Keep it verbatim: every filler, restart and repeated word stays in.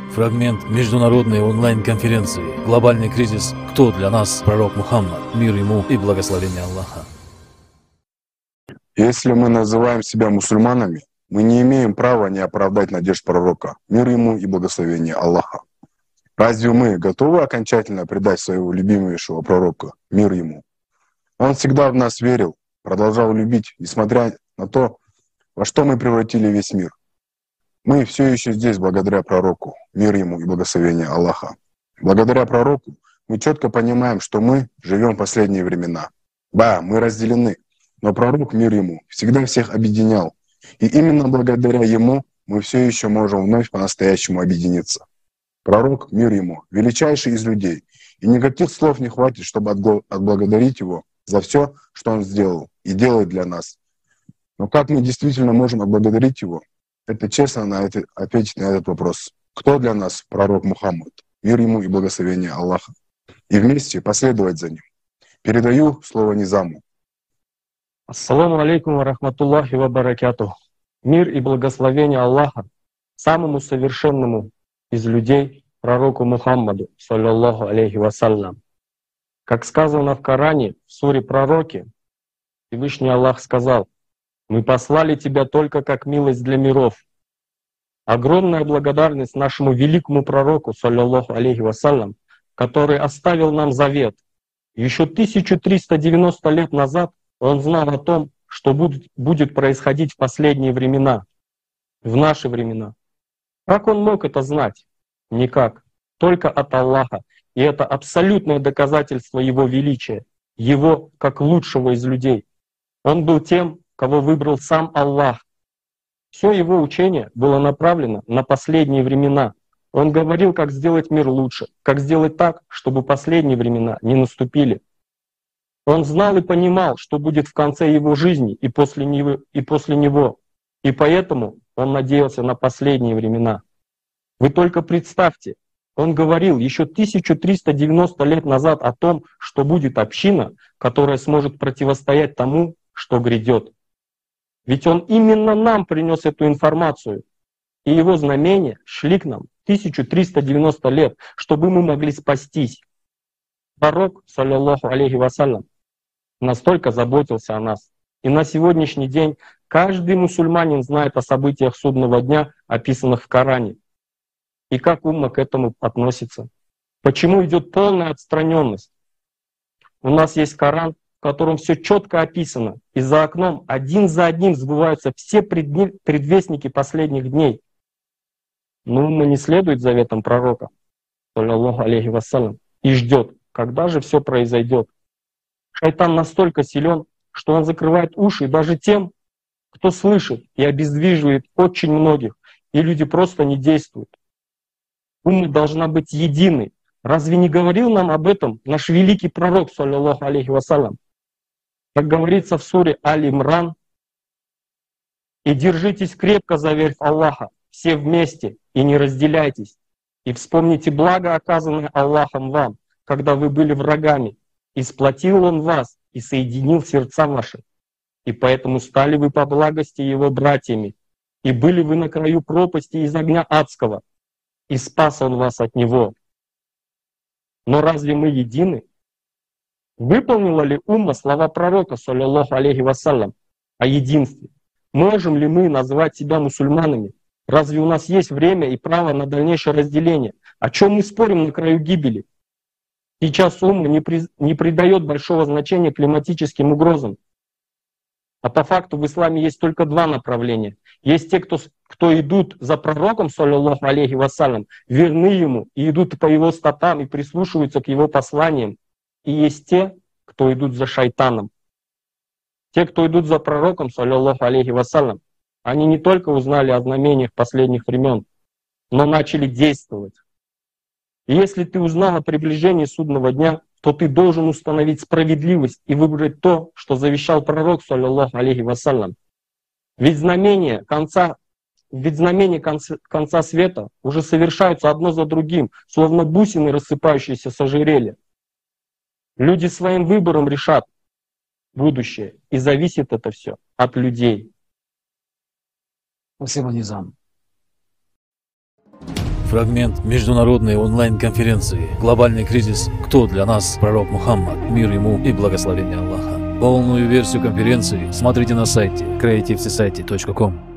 Фрагмент международной онлайн-конференции «Глобальный кризис. Кто для нас пророк Мухаммад? Мир ему и благословение Аллаха». Если мы называем себя мусульманами, мы не имеем права не оправдать надежд пророка, мир ему и благословение Аллаха. Разве мы готовы окончательно предать своего любимейшего пророка, мир ему? Он всегда в нас верил, продолжал любить, несмотря на то, во что мы превратили весь мир. Мы все еще здесь благодаря пророку, мир ему и благословение Аллаха. Благодаря пророку мы четко понимаем, что мы живем в последние времена. Да, мы разделены, но пророк, мир ему, всегда всех объединял. И именно благодаря ему мы все еще можем вновь по-настоящему объединиться. Пророк, мир ему, величайший из людей. И никаких слов не хватит, чтобы отблагодарить его за все, что он сделал и делает для нас. Но как мы действительно можем отблагодарить его? Это честно на это, ответить на этот вопрос. Кто для нас пророк Мухаммад? Мир ему и благословение Аллаха. И вместе последовать за ним. Передаю слово Низаму. Ассаламу алейкум ва рахматуллахи ва баракатух. Мир и благословение Аллаха самому совершенному из людей, пророку Мухаммаду, саллаллаху алейхи вассалям. Как сказано в Коране, в суре Пророки, Всевышний Аллах сказал: «Мы послали тебя только как милость для миров». Огромная благодарность нашему великому пророку, саллаллаху алейхи вассалям, который оставил нам завет. Еще тысяча триста девяносто лет назад он знал о том, что будет, будет происходить в последние времена, в наши времена. Как он мог это знать? Никак. Только от Аллаха. И это абсолютное доказательство Его величия, Его как лучшего из людей. Он был тем, кого выбрал сам Аллах. Все его учение было направлено на последние времена. Он говорил, как сделать мир лучше, как сделать так, чтобы последние времена не наступили. Он знал и понимал, что будет в конце его жизни и после него, и после него. И поэтому он надеялся на последние времена. Вы только представьте, он говорил еще тысяча триста девяносто лет назад о том, что будет община, которая сможет противостоять тому, что грядет. Ведь он именно нам принес эту информацию. И его знамения шли к нам тысяча триста девяносто лет, чтобы мы могли спастись. Пророк, саллаллаху алейхи вассалям, настолько заботился о нас. И на сегодняшний день каждый мусульманин знает о событиях судного дня, описанных в Коране. И как умма к этому относится. Почему идет полная отстраненность? У нас есть Коран, в котором все четко описано. И за окном один за одним сбываются все предвестники последних дней. Но умма не следует заветам пророка, саллаллаху алейхи вассалям, и ждет, когда же все произойдет. Шайтан настолько силен, что он закрывает уши даже тем, кто слышит, и обездвиживает очень многих, и люди просто не действуют. Умма должна быть единой. Разве не говорил нам об этом наш великий пророк, саллаллаху алейхи вассалям? Как говорится в суре Аль-Имран: «И держитесь крепко за верь в Аллаха, все вместе, и не разделяйтесь. И вспомните благо, оказанное Аллахом вам, когда вы были врагами, и сплотил Он вас, и соединил сердца ваши. И поэтому стали вы по благости Его братьями, и были вы на краю пропасти из огня адского, и спас Он вас от него». Но разве мы едины? Выполнила ли умма слова пророка, саллаллаху алейхи вассалям, о единстве? Можем ли мы назвать себя мусульманами? Разве у нас есть время и право на дальнейшее разделение? О чем мы спорим на краю гибели? Сейчас умма не, при, не придает большого значения климатическим угрозам. А по факту в исламе есть только два направления. Есть те, кто, кто идут за пророком, саллаллаху алейхи вассалям, верны ему, и идут по его стопам, и прислушиваются к его посланиям. И есть те, кто идут за шайтаном. Те, кто идут за пророком, саллаллаху алейхи вассалям, они не только узнали о знамениях последних времен, но начали действовать. И если ты узнал о приближении судного дня, то ты должен установить справедливость и выбрать то, что завещал пророк, саллаллаху алейхи вассалям. Ведь знамения конца, ведь знамения конца, конца света уже совершаются одно за другим, словно бусины, рассыпающиеся с ожерелья. Люди своим выбором решат будущее, и зависит это все от людей. Спасибо, Низам. Фрагмент международной онлайн-конференции «Глобальный кризис. Кто для нас пророк Мухаммад? Мир ему и благословение Аллаха». Полную версию конференции смотрите на сайте креатив сосайти точка ком.